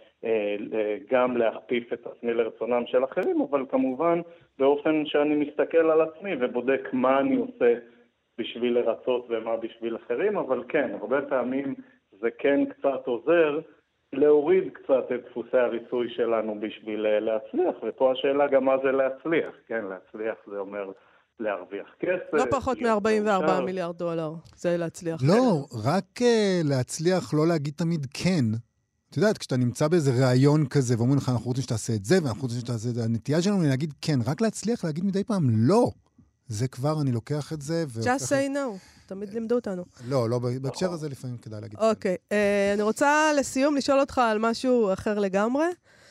גם להכפיף את עצמי לרצונם של אחרים, אבל כמובן באופן שאני מסתכל על עצמי ובודק מה אני עושה בשביל לרצות ומה בשביל אחרים, אבל כן, הרבה פעמים זה כן קצת עוזר להוריד קצת את דפוסי הריצוי שלנו בשביל להצליח, ופה השאלה גם מה זה להצליח, כן, להצליח זה אומר להרוויח כסף. לא פחות מ-ארבעים וארבעה מיליארד דולר, זה להצליח. לא, רק uh, להצליח, לא להגיד תמיד כן. אתה יודעת, כשאתה נמצא באיזה רעיון כזה, ואומרים לך, אנחנו רוצים שתעשה את זה, ואנחנו רוצים שתעשה את זה, הנטייה שלנו היא להגיד כן, רק להצליח, להגיד מדי פעם לא. זה כבר, אני לוקח את זה. Just say no. תמיד לימדו אותנו. לא, לא, בהקשר הזה לפעמים כדאי להגיד. אוקיי, אני רוצה לסיום לשאול אותך על משהו אחר לגמרי.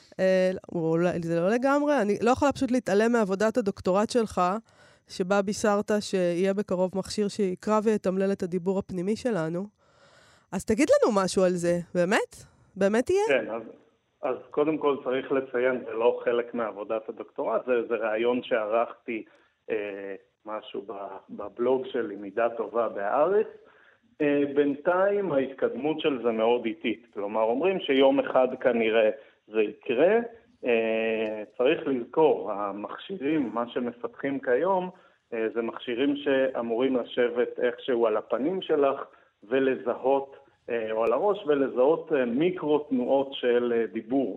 אולי זה לא לגמרי. אני לא יכולה פשוט להתעלם מעבודת הדוקטורט שלך, שבה בישרת שיהיה בקרוב מכשיר שיקרא ויתמלל את הדיבור הפנימי שלנו. אז תגיד לנו משהו על זה, באמת? באמת יהיה? כן, אז, אז קודם כל צריך לציין, זה לא חלק מעבודת הדוקטורט, זה, זה רעיון שערכתי אה, משהו בבלוג שלי, מידה טובה בארץ. אה, בינתיים ההתקדמות של זה מאוד איטית. כלומר, אומרים שיום אחד כנראה זה יקרה. אה, צריך לזכור, המכשירים, מה שמפתחים כיום, אה, זה מכשירים שאמורים לשבת איכשהו על הפנים שלך ולזהות, אה, או על הראש, ולזהות אה, מיקרו תנועות של אה, דיבור.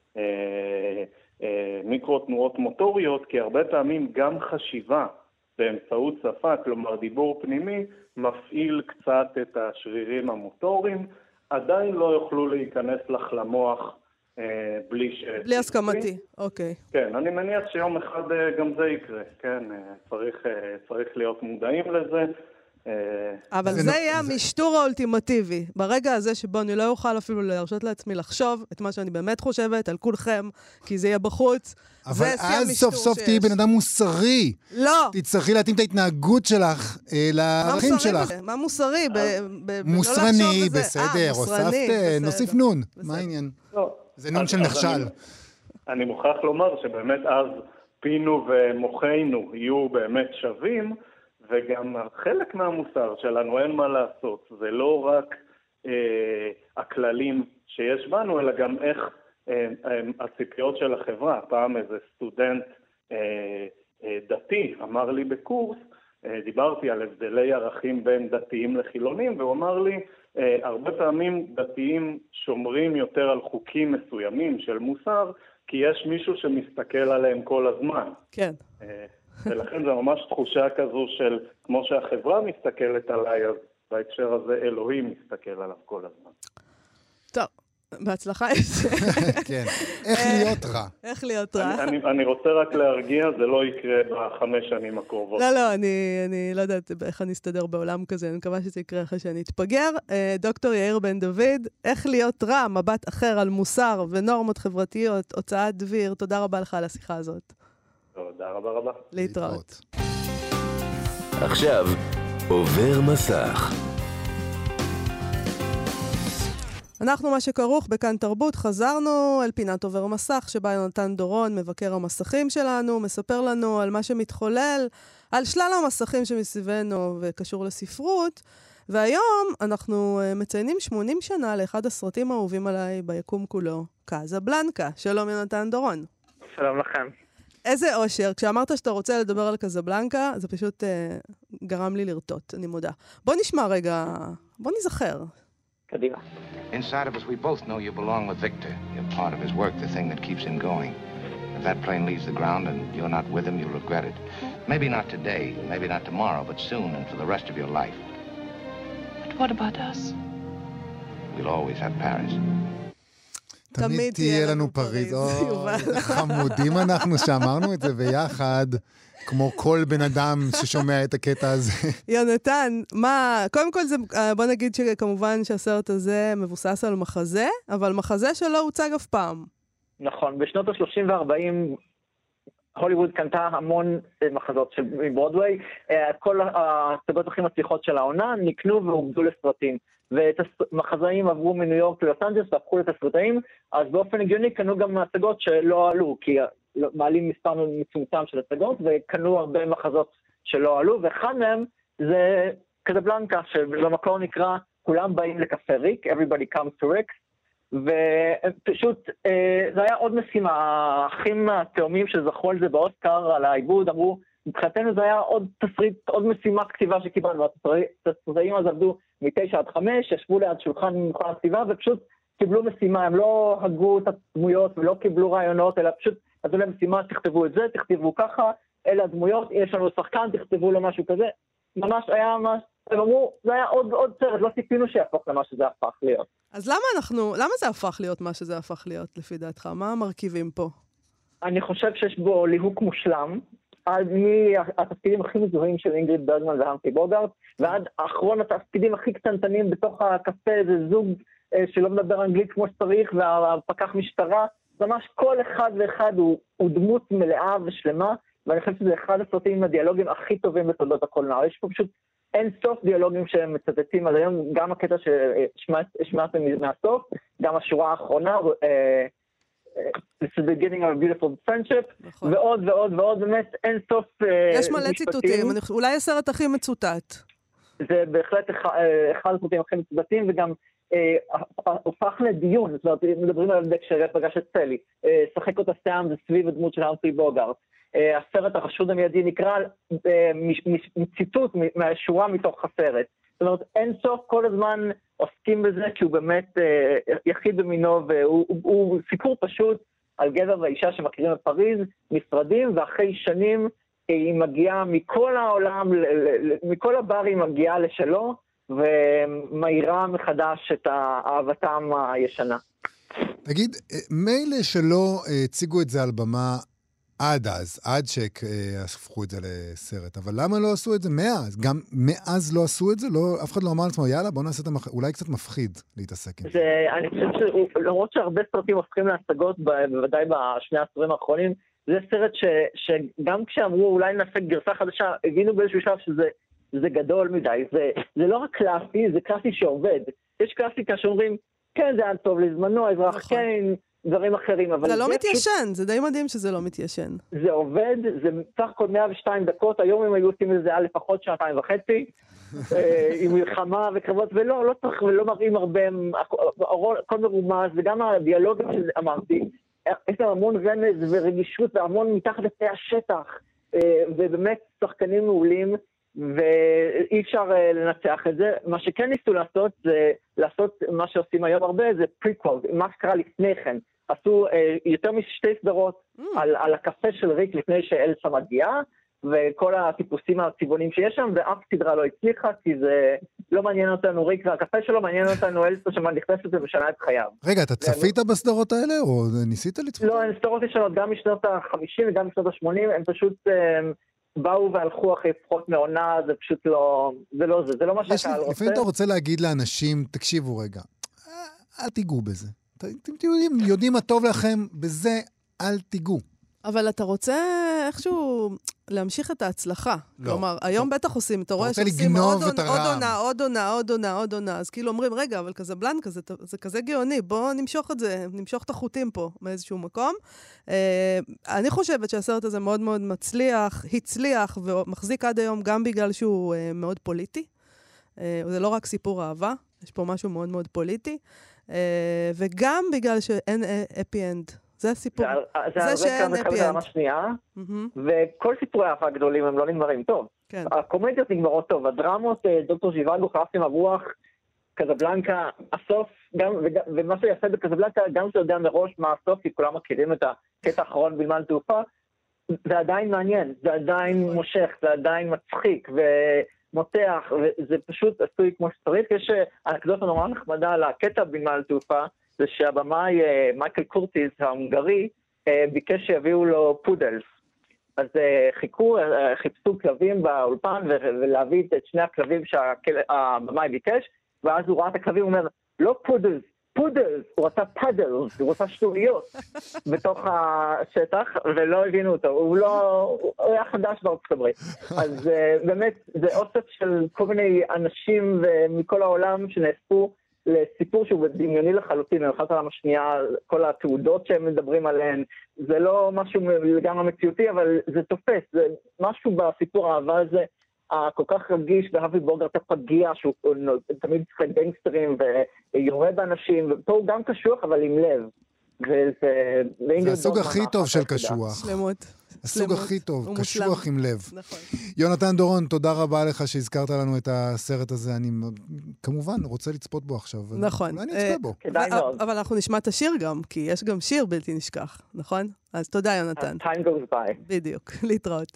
אה, מיקרו תנועות מוטוריות, כי הרבה פעמים גם חשיבה באמצעות שפה, כלומר דיבור פנימי, מפעיל קצת את השרירים המוטוריים, עדיין לא יוכלו להיכנס לך למוח אה, בלי ש... בלי הסכמתי, אוקיי. כן, אני מניח שיום אחד אה, גם זה יקרה, כן, אה, צריך, אה, צריך להיות מודעים לזה. אבל זה יהיה המשטור האולטימטיבי. ברגע הזה שבו אני לא אוכל אפילו להרשות לעצמי לחשוב את מה שאני באמת חושבת על כולכם, כי זה יהיה בחוץ. אבל אז סוף סוף תהיי בן אדם מוסרי. לא. תצטרכי להתאים את ההתנהגות שלך לערכים שלך. מה מוסרי? מוסרני, בסדר, הוספת, נוסיף נון. מה העניין? זה נון של נכשל. אני מוכרח לומר שבאמת אז פינו ומוחנו יהיו באמת שווים, וגם חלק מהמוסר שלנו, אין מה לעשות. זה לא רק אה, הכללים שיש בנו, אלא גם איך אה, אה, הציפיות של החברה. פעם איזה סטודנט אה, אה, דתי אמר לי בקורס, אה, דיברתי על הבדלי ערכים בין דתיים לחילונים, והוא אמר לי, אה, הרבה פעמים דתיים שומרים יותר על חוקים מסוימים של מוסר, כי יש מישהו שמסתכל עליהם כל הזמן. כן. אה, ולכן זה ממש תחושה כזו של, כמו שהחברה מסתכלת עליי, אז בהקשר הזה אלוהים מסתכל עליו כל הזמן. טוב, בהצלחה. כן, איך להיות רע. איך להיות רע. אני, אני רוצה רק להרגיע, זה לא יקרה בחמש שנים הקרובות. לא, לא, אני, אני לא יודעת איך אני אסתדר בעולם כזה, אני מקווה שזה יקרה אחרי שאני אתפגר. דוקטור יאיר בן דוד, איך להיות רע, מבט אחר על מוסר ונורמות חברתיות, הוצאת דביר, תודה רבה לך על השיחה הזאת. תודה רבה רבה. להתראות. עכשיו עובר מסך. אנחנו מה שכרוך בכאן תרבות, חזרנו אל פינת עובר מסך, שבה יונתן דורון, מבקר המסכים שלנו, מספר לנו על מה שמתחולל, על שלל המסכים שמסביבנו וקשור לספרות, והיום אנחנו מציינים שמונים שנה לאחד הסרטים האהובים עליי ביקום כולו, קזבלנקה. שלום יונתן דורון. שלום לכם. איזה אושר, כשאמרת שאתה רוצה לדבר על קזבלנקה, זה פשוט אה, גרם לי לרטוט, אני מודה. בוא נשמע רגע, בוא נזכר. קדימה. Inside of us, we both know you belong with Victor. You're part of his work, the thing that keeps him going. If that plane leaves the ground and you're not with him, you'll regret it. Maybe not today, maybe not tomorrow, but soon and for the rest of your life. But what about us? We'll always have Paris. תמיד תהיה לנו פריז. חמודים אנחנו שאמרנו את זה ביחד, כמו כל בן אדם ששומע את הקטע הזה. יונתן, מה, קודם כל זה, בוא נגיד שכמובן שהסרט הזה מבוסס על מחזה, אבל מחזה שלא הוצג אף פעם. נכון, בשנות ה-שלושים וה-ארבעים הוליווד קנתה המון מחזות מברודווי, כל ההצגות הכי מצליחות של העונה נקנו ועובדו לסרטים. ואת המחזאים עברו מניו יורק ללוס אנג'לס והפכו לתסריטאים, אז באופן הגיוני קנו גם הצגות שלא עלו, כי מעלים מספר מצומצם של הצגות, וקנו הרבה מחזות שלא עלו, ואחד מהם זה קזבלנקה, שבמקור נקרא כולם באים לקפה ריק, everybody comes to Rick's, ופשוט זה היה עוד משימה, האחים התאומים שזכו על זה באוסקר, על העיבוד, אמרו, מבחינתנו זה היה עוד תסריט, עוד משימה כתיבה שקיבלנו, התסריטאים אז עבדו מתשע עד חמש, ישבו ליד שולחן ממכון הכתיבה, ופשוט קיבלו משימה, הם לא הגו את הדמויות ולא קיבלו רעיונות, אלא פשוט עשו להם משימה, תכתבו את זה, תכתבו ככה, אלה הדמויות, יש לנו שחקן, תכתבו לו משהו כזה, ממש היה ממש, הם אמרו, זה היה עוד, עוד סרט, לא ציפינו שיהפוך למה שזה הפך להיות. אז למה אנחנו, למה זה הפך להיות מה שזה הפך להיות לפי דעתך? מה המרכיבים פה? אני חושב שיש בו ליהוק מושלם, עד מהתפקידים הכי מזוהים של אינגריד ברגמן והמפרי בוגארט, ועד אחרון התפקידים הכי קטנטנים בתוך הקפה, זה זוג שלא מדבר אנגלית כמו שצריך, והפקח משטרה, ממש כל אחד ואחד הוא, הוא דמות מלאה ושלמה, ואני חושב שזה אחד הסרטים עם הדיאלוגים הכי טובים בתולדות הקולנוע. יש פה פשוט אין סוף דיאלוגים שהם מצטטים, אז היום גם הקטע ששמעתם מהסוף, גם השורה האחרונה, This is the beginning of a beautiful friendship, ועוד ועוד ועוד, באמת אין סוף משפטים. יש מלא ציטוטים, אולי הסרט הכי מצוטט. זה בהחלט אחד הסרטים הכי מצוטטים, וגם הופך לדיון, זאת אומרת, מדברים על זה כשפגש את סלי, שחק אותה סתם, זה סביב הדמות של המפרי בוגארט. הסרט החשוד המיידי נקרא ציטוט מהשורה מתוך הסרט. זאת אומרת, אין סוף כל הזמן עוסקים בזה, כי הוא באמת יחיד במינו, והוא סיפור פשוט על גבר ואישה שמכירים בפריז, נפרדים, ואחרי שנים היא מגיעה מכל העולם, מכל הבר היא מגיעה לשלו, ומאירה מחדש את אהבתם הישנה. תגיד, מילא שלא הציגו את זה על במה עד אז, עד שהפכו את זה לסרט, אבל למה לא עשו את זה מאז? גם מאז לא עשו את זה? לא, אף אחד לא אמר לעצמו, יאללה, בוא נעשה את המח... אולי קצת מפחיד להתעסק עם זה. אני חושב שלמרות שהרבה סרטים הופכים להשגות, בוודאי בשני העשורים האחרונים, זה סרט ש, שגם כשאמרו אולי נעשה גרסה חדשה, הבינו באיזשהו שלב שזה זה גדול מדי. זה, זה לא רק קלאסי, זה קלאסי שעובד. יש קלאסיקה שאומרים, כן, זה היה טוב לזמנו, האזרח נכון. כן, דברים אחרים. אבל זה לא זה מתיישן, פשוט... זה די מדהים שזה לא מתיישן. זה עובד, זה סך הכל מאה ושתיים דקות, היום הם היו עושים את זה היה לפחות שעתיים וחצי, עם מלחמה וקרבות, ולא, לא צריך, ולא מראים הרבה, הכל מרומז, וגם הדיאלוגים שאמרתי, יש להם המון רמז ורגישות, והמון מתחת לפני השטח, ובאמת שחקנים מעולים, ואי אפשר לנצח את זה. מה שכן ניסו לעשות, זה לעשות מה שעושים היום הרבה, זה פריקוול, מה שקרה לפני כן. עשו יותר משתי סדרות mm. על, על הקפה של ריק לפני שאלסה מגיעה, וכל הטיפוסים הצבעונים שיש שם, ואף סדרה לא הצליחה, כי זה לא מעניין אותנו ריק והקפה שלו, מעניין אותנו אלסה שמה נכנסת ומשנה את חייו. רגע, אתה צפית בסדרות האלה, או ניסית לצפות? לא, הן סדרות ישנות גם משנות ה-חמישים וגם משנות ה-שמונים, הן פשוט באו והלכו אחרי פחות מעונה, זה פשוט לא, זה לא זה, זה לא מה שהקהל רוצה. לפעמים אתה רוצה להגיד לאנשים, תקשיבו רגע, אל תיגעו בזה. אתם יודעים מה טוב לכם, בזה אל תיגעו. אבל אתה רוצה איכשהו להמשיך את ההצלחה. לא. כלומר, היום לא. בטח עושים, אתה רואה שעושים עוד עונה, עוד עונה, עוד עונה, עוד עונה. אז כאילו אומרים, רגע, אבל קזבלנקה, זה, זה כזה גאוני, בואו נמשוך את זה, נמשוך את החוטים פה מאיזשהו מקום. אה, אני חושבת שהסרט הזה מאוד מאוד מצליח, הצליח, ומחזיק עד היום גם בגלל שהוא אה, מאוד פוליטי. אה, זה לא רק סיפור אהבה, יש פה משהו מאוד מאוד פוליטי. אה, וגם בגלל שאין אפי אנד. זה הסיפור. זה שאין אפי אנד. שנייה, וכל סיפורי האהבה הגדולים הם לא נגמרים טוב. הקומדיות נגמרות טוב, הדרמות, דוקטור ז'יוואגו, חלפתם הרוח, קזבלנקה, הסוף, ומה שיפה בקזבלנקה, גם שאתה יודע מראש מה הסוף, כי כולם מכירים את הקטע האחרון בנמל תעופה, זה עדיין מעניין, זה עדיין מושך, זה עדיין מצחיק ומותח, וזה פשוט עשוי כמו שצריך. יש אנקדוטה נורא נחמדה על הקטע בנמל תעופה, זה שהבמאי מייקל קורטיס ההונגרי ביקש שיביאו לו פודלס. אז חיכו, חיפשו כלבים באולפן ולהביא את שני הכלבים שהבמאי ביקש, ואז הוא ראה את הכלבים ואומר, לא פודלס, פודלס, הוא רצה פאדלס, הוא רצה שטויות בתוך השטח, ולא הבינו אותו, הוא לא, הוא היה חדש בארצות הברית. אז באמת זה אוסף של כל מיני אנשים מכל העולם שנאספו לסיפור שהוא דמיוני לחלוטין, אני חושבת על השנייה, כל התעודות שהם מדברים עליהן, זה לא משהו לגמרי מציאותי, אבל זה תופס, זה משהו בסיפור האהבה הזה, הכל כך רגיש בהאבי בוגרט הפגיע, שהוא תמיד צחק גנגסטרים ויורה באנשים, ופה הוא גם קשוח אבל עם לב. זה הסוג הכי טוב של קשוח. שלמות. הסוג הכי טוב, קשוח עם לב. יונתן דורון, תודה רבה לך שהזכרת לנו את הסרט הזה. אני כמובן רוצה לצפות בו עכשיו. נכון. אולי אני אצפה בו. כדאי מאוד. אבל אנחנו נשמע את השיר גם, כי יש גם שיר בלתי נשכח, נכון? אז תודה יונתן. Time goes by. בדיוק, להתראות.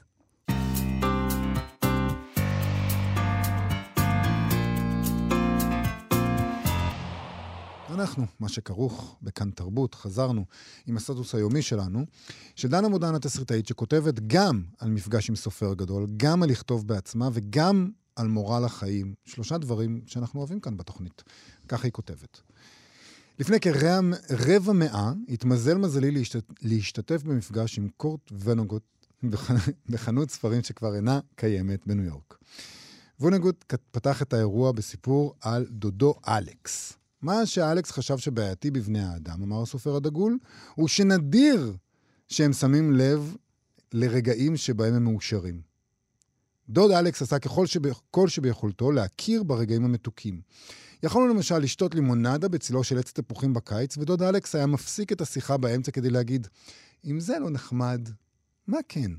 אנחנו, מה שכרוך בכאן תרבות, חזרנו עם הסטטוס היומי שלנו, שדנה מודן התסריטאית שכותבת גם על מפגש עם סופר גדול, גם על לכתוב בעצמה וגם על מורל החיים. שלושה דברים שאנחנו אוהבים כאן בתוכנית. ככה היא כותבת. לפני כרבע מאה התמזל מזלי להשתת... להשתתף במפגש עם קורט ונוגוט בח... בחנות ספרים שכבר אינה קיימת בניו יורק. וונגוט פתח את האירוע בסיפור על דודו אלכס. מה שאלכס חשב שבעייתי בבני האדם, אמר הסופר הדגול, הוא שנדיר שהם שמים לב לרגעים שבהם הם מאושרים. דוד אלכס עשה ככל שב... כל שביכולתו להכיר ברגעים המתוקים. יכולנו למשל לשתות לימונדה בצילו של עץ תפוחים בקיץ, ודוד אלכס היה מפסיק את השיחה באמצע כדי להגיד, אם זה לא נחמד, מה כן?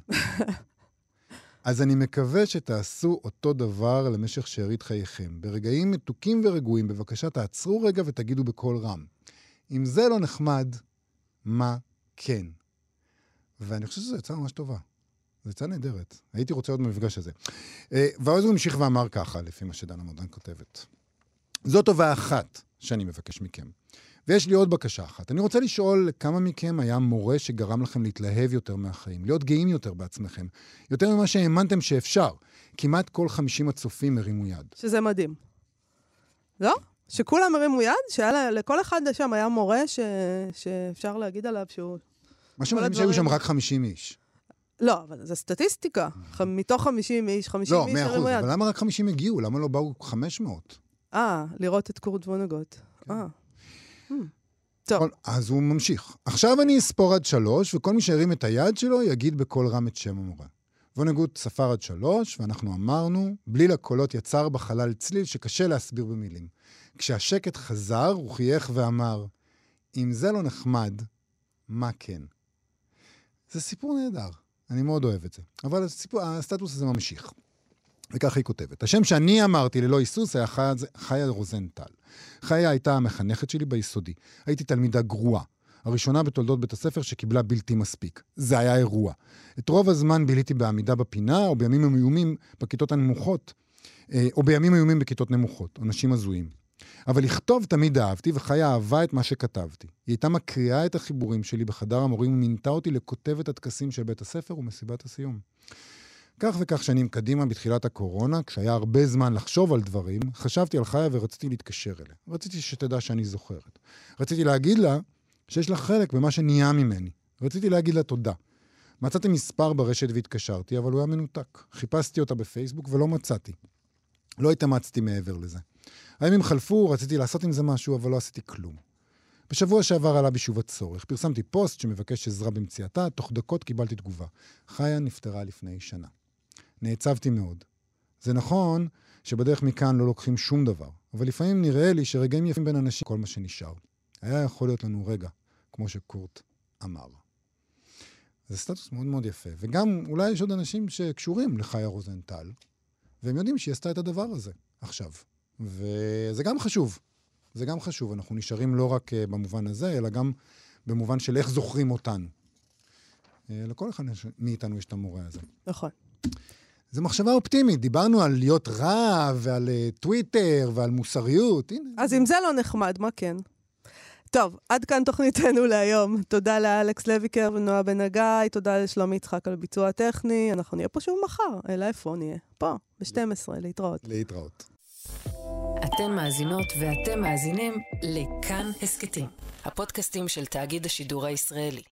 אז אני מקווה שתעשו אותו דבר למשך שארית חייכם. ברגעים מתוקים ורגועים, בבקשה תעצרו רגע ותגידו בקול רם. אם זה לא נחמד, מה כן? ואני חושב שזו יצאה ממש טובה. זו יצאה נהדרת. הייתי רוצה עוד במפגש הזה. ואז הוא המשיך ואמר ככה, לפי מה שדנה מודן כותבת. זו טובה אחת שאני מבקש מכם. ויש לי עוד בקשה אחת. אני רוצה לשאול כמה מכם היה מורה שגרם לכם להתלהב יותר מהחיים, להיות גאים יותר בעצמכם, יותר ממה שהאמנתם שאפשר. כמעט כל חמישים הצופים הרימו יד. שזה מדהים. לא? שכולם הרימו יד? שלכל אחד שם היה מורה ש... שאפשר להגיד עליו שהוא... מה שמדהים שהיו שם רק חמישים איש. לא, אבל זה סטטיסטיקה. מתוך חמישים איש, חמישים לא, איש מאה הרימו אחוז. יד. אבל למה רק חמישים הגיעו? למה לא באו חמש מאות? אה, לראות את קורט וונגוט. אה. טוב. אז הוא ממשיך. עכשיו אני אספור עד שלוש, וכל מי שהרים את היד שלו יגיד בקול רם את שם המורה. וונגוט ספר עד שלוש, ואנחנו אמרנו, בלי לקולות יצר בחלל צליל שקשה להסביר במילים. כשהשקט חזר, הוא חייך ואמר, אם זה לא נחמד, מה כן? זה סיפור נהדר. אני מאוד אוהב את זה. אבל הסיפור, הסטטוס הזה ממשיך. וכך היא כותבת. השם שאני אמרתי ללא היסוס היה חיה, חיה רוזנטל. חיה הייתה המחנכת שלי ביסודי. הייתי תלמידה גרועה. הראשונה בתולדות בית הספר שקיבלה בלתי מספיק. זה היה אירוע. את רוב הזמן ביליתי בעמידה בפינה, או בימים איומים בכיתות הנמוכות, או בימים איומים בכיתות נמוכות, אנשים הזויים. אבל לכתוב תמיד אהבתי, וחיה אהבה את מה שכתבתי. היא הייתה מקריאה את החיבורים שלי בחדר המורים, ומינתה אותי לכותבת הטקסים של בית הספר ומסיבת הסיום. כך וכך שנים קדימה בתחילת הקורונה, כשהיה הרבה זמן לחשוב על דברים, חשבתי על חיה ורציתי להתקשר אליה. רציתי שתדע שאני זוכרת. רציתי להגיד לה שיש לה חלק במה שנהיה ממני. רציתי להגיד לה תודה. מצאתי מספר ברשת והתקשרתי, אבל הוא היה מנותק. חיפשתי אותה בפייסבוק ולא מצאתי. לא התאמצתי מעבר לזה. הימים חלפו, רציתי לעשות עם זה משהו, אבל לא עשיתי כלום. בשבוע שעבר עלה בשוב הצורך. פרסמתי פוסט שמבקש עזרה במציאתה, תוך דקות קיבלתי תגובה. חיה נפטרה לפני שנה. נעצבתי מאוד. זה נכון שבדרך מכאן לא לוקחים שום דבר, אבל לפעמים נראה לי שרגעים יפים בין אנשים כל מה שנשאר. היה יכול להיות לנו רגע, כמו שקורט אמר. זה סטטוס מאוד מאוד יפה, וגם אולי יש עוד אנשים שקשורים לחיה רוזנטל, והם יודעים שהיא עשתה את הדבר הזה עכשיו. וזה גם חשוב. זה גם חשוב. אנחנו נשארים לא רק במובן הזה, אלא גם במובן של איך זוכרים אותנו. לכל אחד מאיתנו יש את המורה הזה. נכון. זו מחשבה אופטימית. דיברנו על להיות רע ועל טוויטר ועל מוסריות. הנה. אז אם זה לא נחמד, מה כן? טוב, עד כאן תוכניתנו להיום. תודה לאלכס לויקר ונועה בן הגיא, תודה לשלומי יצחק על ביצוע הטכני. אנחנו נהיה פה שוב מחר. אלא איפה נהיה? פה, ב-שתים עשרה, להתראות. להתראות. אתם מאזינות ואתם מאזינים לכאן הסקטים, הפודקאסטים של תאגיד השידור הישראלי.